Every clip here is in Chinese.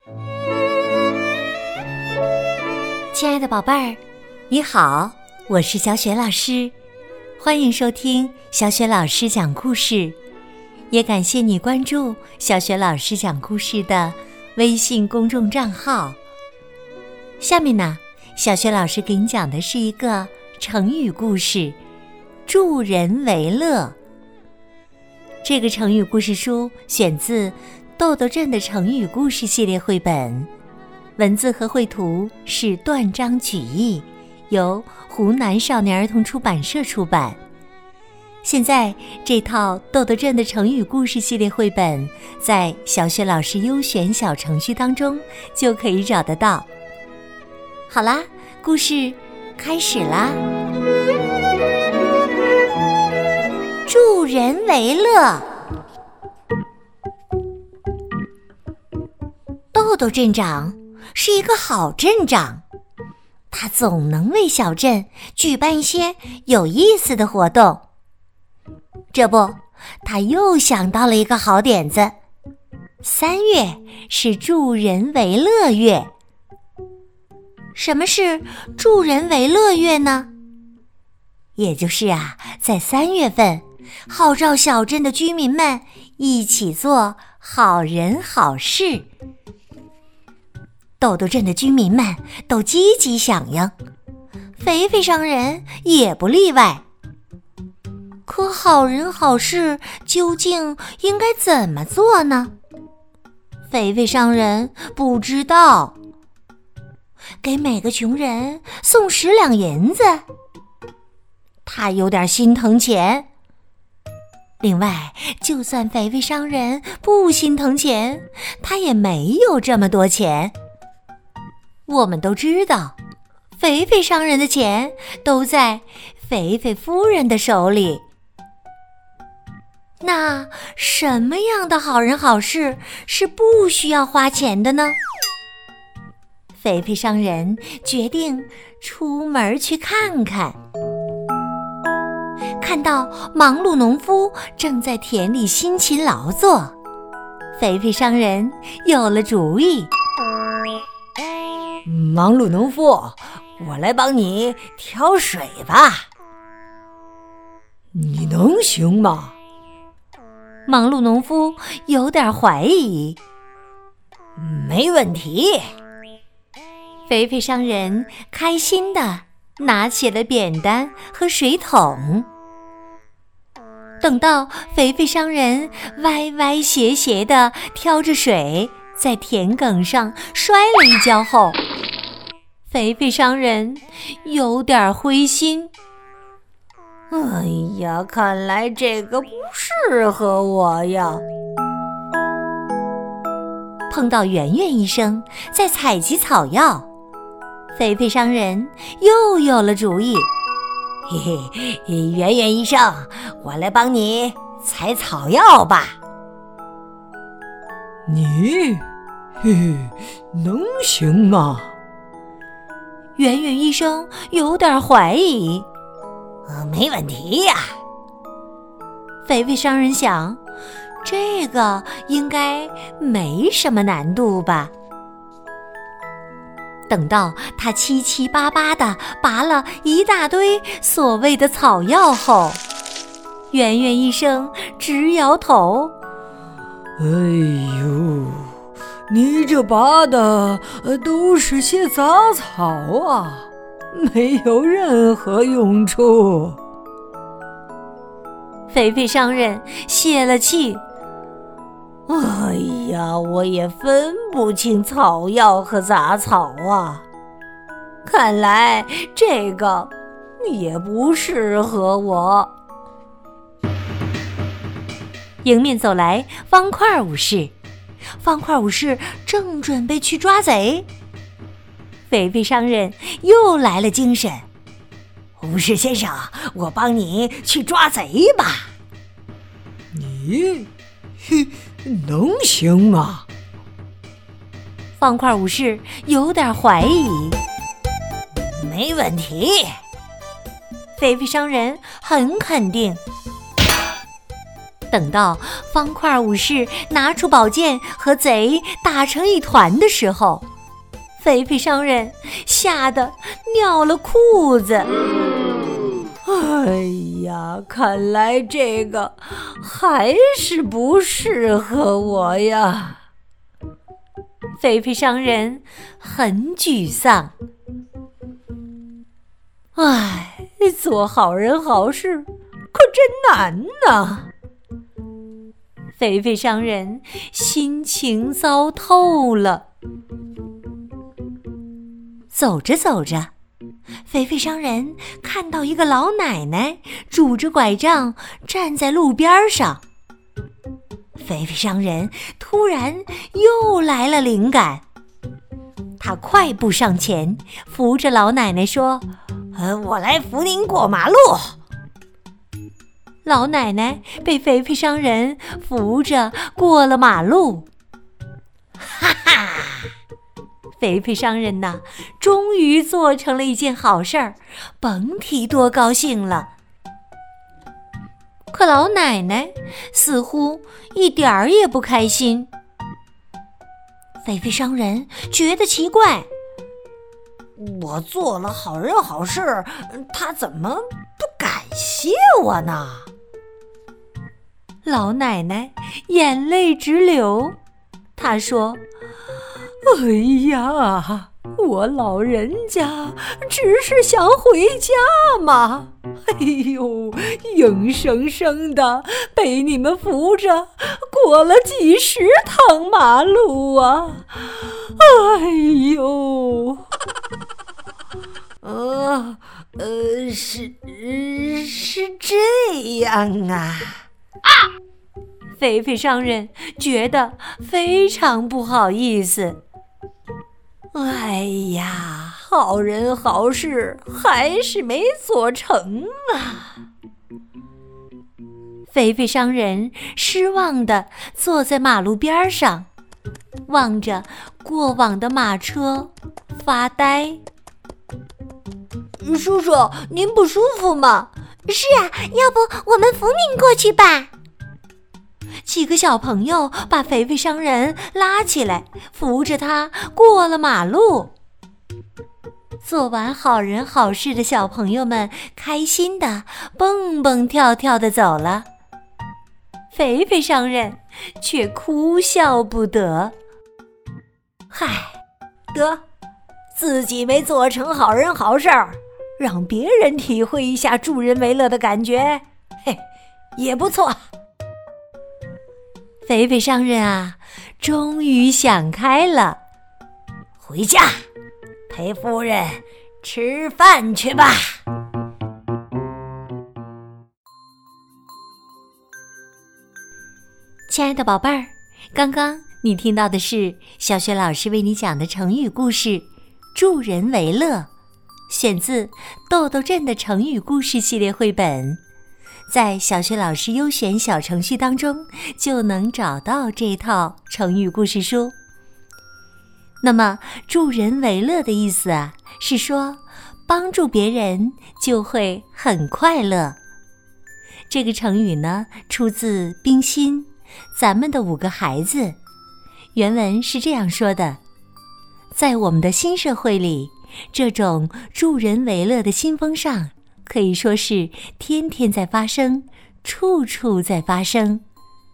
亲爱的宝贝儿，你好，我是小雪老师，欢迎收听小雪老师讲故事，也感谢你关注小雪老师讲故事的微信公众账号。下面呢，小雪老师给你讲的是一个成语故事，助人为乐。这个成语故事书选自豆豆镇的成语故事系列绘本，文字和绘图是断章取义，由湖南少年儿童出版社出版。现在这套豆豆镇的成语故事系列绘本在小雪老师优选小程序当中就可以找得到。好啦，故事开始啦！助人为乐。豆豆镇长是一个好镇长，他总能为小镇举办一些有意思的活动。这不，他又想到了一个好点子。3月是助人为乐月。什么是助人为乐月呢？也就是在3月份，号召小镇的居民们一起做好人好事。豆豆镇的居民们都积极响应，肥肥商人也不例外。可好人好事究竟应该怎么做呢？肥肥商人不知道。给每个穷人送10两银子，他有点心疼钱。另外，就算肥肥商人不心疼钱，他也没有这么多钱。我们都知道，肥肥商人的钱都在肥肥夫人的手里。那什么样的好人好事是不需要花钱的呢？肥肥商人决定出门去看看。看到忙碌农夫正在田里辛勤劳作，肥肥商人有了主意。 忙碌农夫，我来帮你挑水吧。你能行吗？ 忙碌农夫有点怀疑。 没问题。 肥肥商人开心地拿起了扁担和水桶。等到肥肥商人歪歪斜斜地挑着水在田埂上摔了一跤后，肥肥商人有点灰心。 哎呀，看来这个不适合我呀。 碰到圆圆医生在采集草药，肥肥商人又有了主意。 嘿嘿，圆圆医生，我来帮你采草药吧。 你，能行吗？ 圆圆医生有点怀疑。 没问题呀。 肥肥商人想，这个应该没什么难度吧。等到他七七八八地拔了一大堆所谓的草药后，圆圆医生直摇头。 哎呦，你这拔的都是些杂草啊，没有任何用处。 肥肥商人泄了气。 哎呀，我也分不清草药和杂草啊，看来这个也不适合我。 迎面走来方块武士，方块武士正准备去抓贼，肥肥商人又来了精神。 武士先生，我帮你去抓贼吧。 你，能行吗？ 方块武士有点怀疑。 没问题。 肥肥商人很肯定。 等到方块武士拿出宝剑和贼打成一团的时候，肥肥商人吓得尿了裤子。 哎呀，看来这个还是不适合我呀。 肥肥商人很沮丧。 唉，做好人好事可真难呐。 肥肥商人心情糟透了。走着走着，肥肥商人看到一个老奶奶拄着拐杖站在路边上。肥肥商人突然又来了灵感，他快步上前，扶着老奶奶说：“ 我来扶您过马路。” 老奶奶被肥肥商人扶着过了马路。哈哈！肥肥商人呐，终于做成了一件好事儿，甭提多高兴了。可老奶奶似乎一点儿也不开心。肥肥商人觉得奇怪， 我做了好人好事，他怎么不感谢我呢？ 老奶奶眼泪直流，她说：“ 哎呀，我老人家只是想回家嘛，哎呦，硬生生的被你们扶着过了几十趟马路啊！哎呦， 是这样啊。” 肥肥商人觉得非常不好意思。 哎呀，好人好事还是没做成啊！ 肥肥商人失望地坐在马路边上，望着过往的马车发呆。 叔叔，您不舒服吗？ 是啊，要不我们扶您过去吧。 几个小朋友把肥肥商人拉起来，扶着他过了马路。做完好人好事的小朋友们开心地蹦蹦跳跳地走了，肥肥商人却哭笑不得。 嗨，自己没做成好人好事儿，让别人体会一下助人为乐的感觉，嘿，也不错。 肥肥商人啊，终于想开了， 回家陪夫人吃饭去吧。 亲爱的宝贝儿，刚刚你听到的是小雪老师为你讲的成语故事《助人为乐》，选自豆豆镇的成语故事系列绘本。在小雪老师优选小程序当中就能找到这套成语故事书。那么助人为乐的意思啊，是说帮助别人就会很快乐。这个成语呢，出自冰心咱们的5个孩子。原文是这样说的：在我们的新社会里，这种助人为乐的新风尚可以说是天天在发生，处处在发生。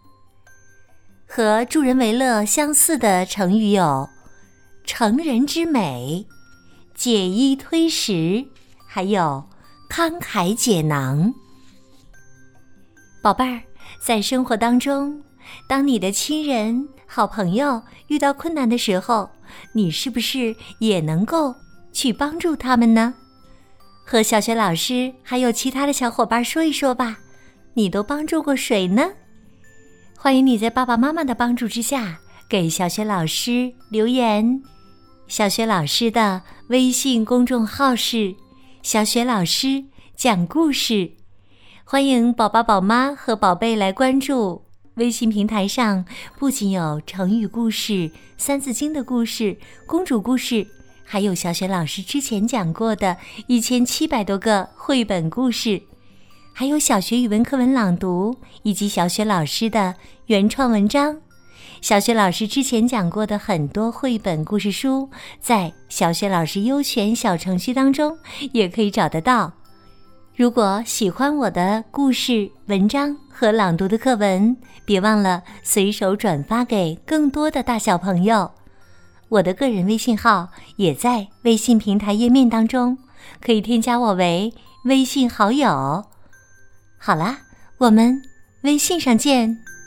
和助人为乐相似的成语有成人之美、解衣推食，还有慷慨解囊。宝贝儿，在生活当中，当你的亲人、好朋友遇到困难的时候，你是不是也能够去帮助他们呢？和小雪老师还有其他的小伙伴说一说吧，你都帮助过谁呢？欢迎你在爸爸妈妈的帮助之下给小雪老师留言。小雪老师的微信公众号是小雪老师讲故事，欢迎宝宝宝妈和宝贝来关注。微信平台上不仅有成语故事、三字经的故事、公主故事，还有小雪老师之前讲过的1700多个绘本故事， 还有小学语文课文朗读，以及小雪老师的原创文章。小雪老师之前讲过的很多绘本故事书，在小雪老师优选小程序当中也可以找得到。如果喜欢我的故事、文章和朗读的课文，别忘了随手转发给更多的大小朋友。我的个人微信号也在微信平台页面当中，可以添加我为微信好友。好啦，我们微信上见。